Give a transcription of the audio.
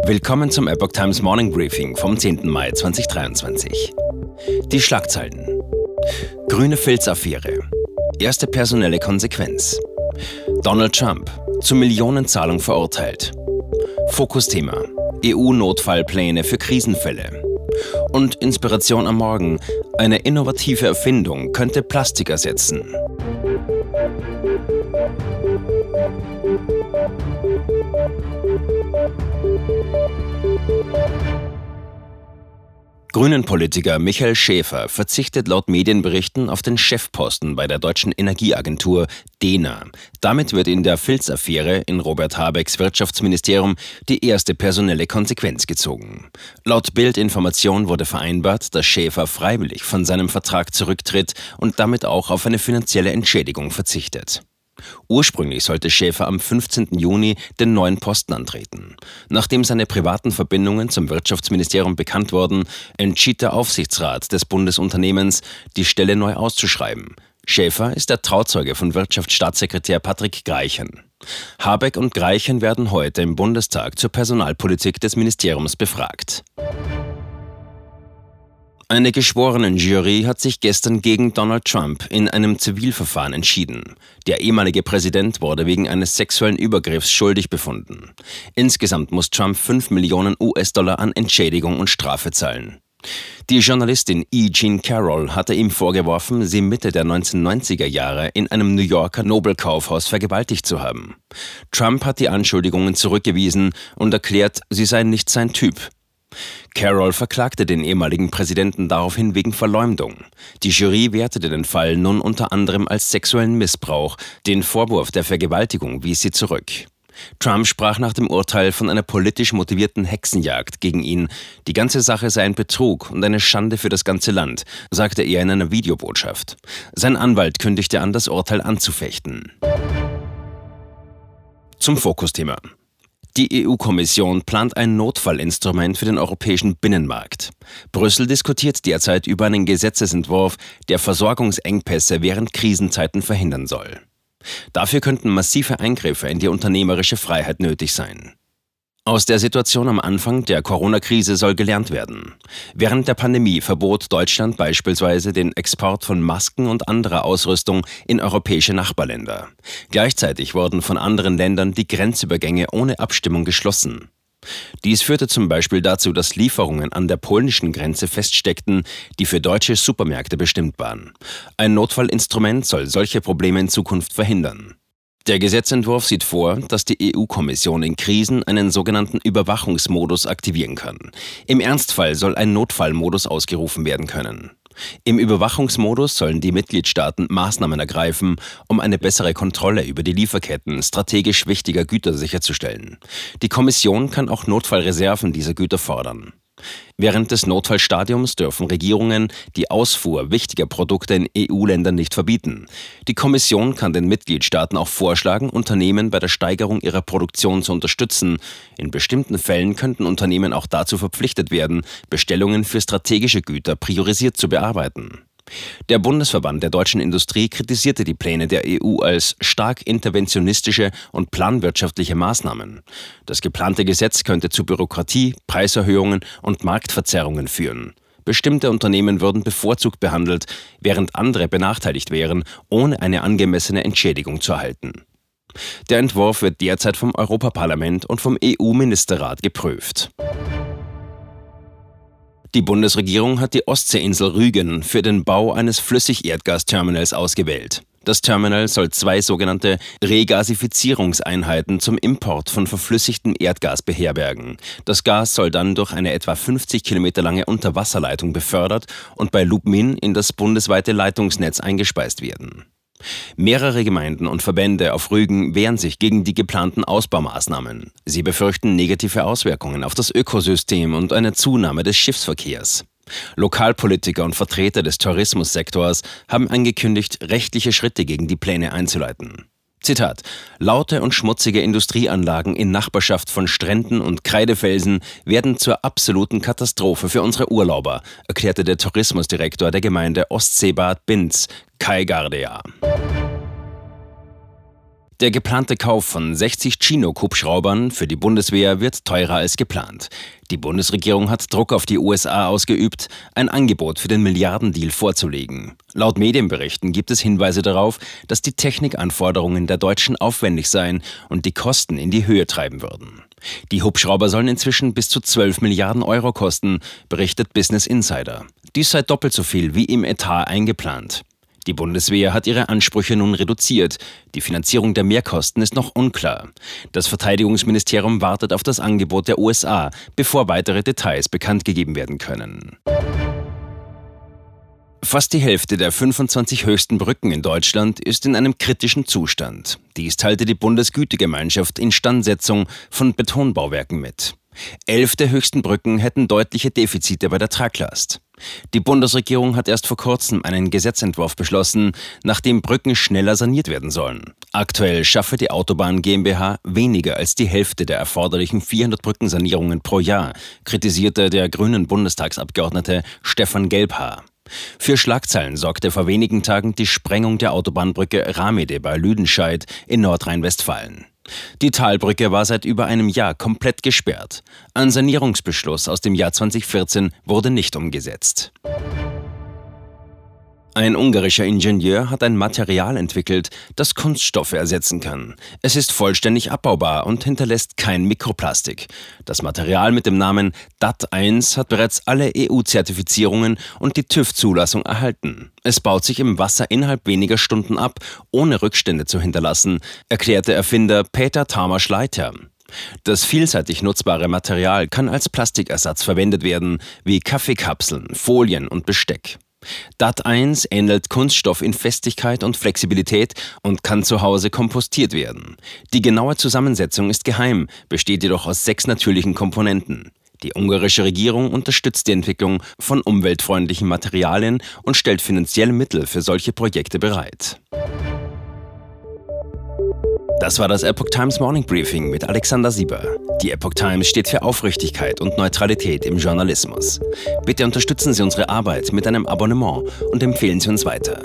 Willkommen zum Epoch Times Morning Briefing vom 10. Mai 2023. Die Schlagzeilen: Grüne Filzaffäre. Erste personelle Konsequenz. Donald Trump zu Millionenzahlung verurteilt. Fokusthema: EU-Notfallpläne für Krisenfälle. Und Inspiration am Morgen: Eine innovative Erfindung könnte Plastik ersetzen. Grünen-Politiker Michael Schäfer verzichtet laut Medienberichten auf den Chefposten bei der deutschen Energieagentur dena. Damit wird in der Filzaffäre in Robert Habecks Wirtschaftsministerium die erste personelle Konsequenz gezogen. Laut Bild-Information wurde vereinbart, dass Schäfer freiwillig von seinem Vertrag zurücktritt und damit auch auf eine finanzielle Entschädigung verzichtet. Ursprünglich sollte Schäfer am 15. Juni den neuen Posten antreten. Nachdem seine privaten Verbindungen zum Wirtschaftsministerium bekannt wurden, entschied der Aufsichtsrat des Bundesunternehmens, die Stelle neu auszuschreiben. Schäfer ist der Trauzeuge von Wirtschaftsstaatssekretär Patrick Greichen. Habeck und Greichen werden heute im Bundestag zur Personalpolitik des Ministeriums befragt. Eine Geschworenenjury hat sich gestern gegen Donald Trump in einem Zivilverfahren entschieden. Der ehemalige Präsident wurde wegen eines sexuellen Übergriffs schuldig befunden. Insgesamt muss Trump 5 Millionen US-Dollar an Entschädigung und Strafe zahlen. Die Journalistin E. Jean Carroll hatte ihm vorgeworfen, sie Mitte der 1990er Jahre in einem New Yorker Nobelkaufhaus vergewaltigt zu haben. Trump hat die Anschuldigungen zurückgewiesen und erklärt, sie seien nicht sein Typ. Carroll verklagte den ehemaligen Präsidenten daraufhin wegen Verleumdung. Die Jury wertete den Fall nun unter anderem als sexuellen Missbrauch. Den Vorwurf der Vergewaltigung wies sie zurück. Trump sprach nach dem Urteil von einer politisch motivierten Hexenjagd gegen ihn. Die ganze Sache sei ein Betrug und eine Schande für das ganze Land, sagte er in einer Videobotschaft. Sein Anwalt kündigte an, das Urteil anzufechten. Zum Fokusthema. Die EU-Kommission plant ein Notfallinstrument für den europäischen Binnenmarkt. Brüssel diskutiert derzeit über einen Gesetzesentwurf, der Versorgungsengpässe während Krisenzeiten verhindern soll. Dafür könnten massive Eingriffe in die unternehmerische Freiheit nötig sein. Aus der Situation am Anfang der Corona-Krise soll gelernt werden. Während der Pandemie verbot Deutschland beispielsweise den Export von Masken und anderer Ausrüstung in europäische Nachbarländer. Gleichzeitig wurden von anderen Ländern die Grenzübergänge ohne Abstimmung geschlossen. Dies führte zum Beispiel dazu, dass Lieferungen an der polnischen Grenze feststeckten, die für deutsche Supermärkte bestimmt waren. Ein Notfallinstrument soll solche Probleme in Zukunft verhindern. Der Gesetzentwurf sieht vor, dass die EU-Kommission in Krisen einen sogenannten Überwachungsmodus aktivieren kann. Im Ernstfall soll ein Notfallmodus ausgerufen werden können. Im Überwachungsmodus sollen die Mitgliedstaaten Maßnahmen ergreifen, um eine bessere Kontrolle über die Lieferketten strategisch wichtiger Güter sicherzustellen. Die Kommission kann auch Notfallreserven dieser Güter fordern. Während des Notfallstadiums dürfen Regierungen die Ausfuhr wichtiger Produkte in EU-Ländern nicht verbieten. Die Kommission kann den Mitgliedstaaten auch vorschlagen, Unternehmen bei der Steigerung ihrer Produktion zu unterstützen. In bestimmten Fällen könnten Unternehmen auch dazu verpflichtet werden, Bestellungen für strategische Güter priorisiert zu bearbeiten. Der Bundesverband der deutschen Industrie kritisierte die Pläne der EU als stark interventionistische und planwirtschaftliche Maßnahmen. Das geplante Gesetz könnte zu Bürokratie, Preiserhöhungen und Marktverzerrungen führen. Bestimmte Unternehmen würden bevorzugt behandelt, während andere benachteiligt wären, ohne eine angemessene Entschädigung zu erhalten. Der Entwurf wird derzeit vom Europaparlament und vom EU-Ministerrat geprüft. Die Bundesregierung hat die Ostseeinsel Rügen für den Bau eines Flüssigerdgasterminals ausgewählt. Das Terminal soll 2 sogenannte Regasifizierungseinheiten zum Import von verflüssigtem Erdgas beherbergen. Das Gas soll dann durch eine etwa 50 Kilometer lange Unterwasserleitung befördert und bei Lubmin in das bundesweite Leitungsnetz eingespeist werden. Mehrere Gemeinden und Verbände auf Rügen wehren sich gegen die geplanten Ausbaumaßnahmen. Sie befürchten negative Auswirkungen auf das Ökosystem und eine Zunahme des Schiffsverkehrs. Lokalpolitiker und Vertreter des Tourismussektors haben angekündigt, rechtliche Schritte gegen die Pläne einzuleiten. Zitat: Laute und schmutzige Industrieanlagen in Nachbarschaft von Stränden und Kreidefelsen werden zur absoluten Katastrophe für unsere Urlauber, erklärte der Tourismusdirektor der Gemeinde Ostseebad Binz, Kai Gardea. Der geplante Kauf von 60 Chinook-Hubschraubern für die Bundeswehr wird teurer als geplant. Die Bundesregierung hat Druck auf die USA ausgeübt, ein Angebot für den Milliardendeal vorzulegen. Laut Medienberichten gibt es Hinweise darauf, dass die Technikanforderungen der Deutschen aufwendig seien und die Kosten in die Höhe treiben würden. Die Hubschrauber sollen inzwischen bis zu 12 Milliarden Euro kosten, berichtet Business Insider. Dies sei doppelt so viel wie im Etat eingeplant. Die Bundeswehr hat ihre Ansprüche nun reduziert. Die Finanzierung der Mehrkosten ist noch unklar. Das Verteidigungsministerium wartet auf das Angebot der USA, bevor weitere Details bekannt gegeben werden können. Fast die Hälfte der 25 höchsten Brücken in Deutschland ist in einem kritischen Zustand. Dies teilte die Bundesgütegemeinschaft Instandsetzung von Betonbauwerken mit. 11 der höchsten Brücken hätten deutliche Defizite bei der Traglast. Die Bundesregierung hat erst vor kurzem einen Gesetzentwurf beschlossen, nachdem Brücken schneller saniert werden sollen. Aktuell schaffe die Autobahn GmbH weniger als die Hälfte der erforderlichen 400 Brückensanierungen pro Jahr, kritisierte der grünen Bundestagsabgeordnete Stefan Gelbhaar. Für Schlagzeilen sorgte vor wenigen Tagen die Sprengung der Autobahnbrücke Ramede bei Lüdenscheid in Nordrhein-Westfalen. Die Talbrücke war seit über einem Jahr komplett gesperrt. Ein Sanierungsbeschluss aus dem Jahr 2014 wurde nicht umgesetzt. Ein ungarischer Ingenieur hat ein Material entwickelt, das Kunststoffe ersetzen kann. Es ist vollständig abbaubar und hinterlässt kein Mikroplastik. Das Material mit dem Namen DAT1 hat bereits alle EU-Zertifizierungen und die TÜV-Zulassung erhalten. Es baut sich im Wasser innerhalb weniger Stunden ab, ohne Rückstände zu hinterlassen, erklärte Erfinder Peter Tamas-Leiter. Das vielseitig nutzbare Material kann als Plastikersatz verwendet werden, wie Kaffeekapseln, Folien und Besteck. DAT1 ähnelt Kunststoff in Festigkeit und Flexibilität und kann zu Hause kompostiert werden. Die genaue Zusammensetzung ist geheim, besteht jedoch aus 6 natürlichen Komponenten. Die ungarische Regierung unterstützt die Entwicklung von umweltfreundlichen Materialien und stellt finanzielle Mittel für solche Projekte bereit. Das war das Epoch Times Morning Briefing mit Alexander Sieber. Die Epoch Times steht für Aufrichtigkeit und Neutralität im Journalismus. Bitte unterstützen Sie unsere Arbeit mit einem Abonnement und empfehlen Sie uns weiter.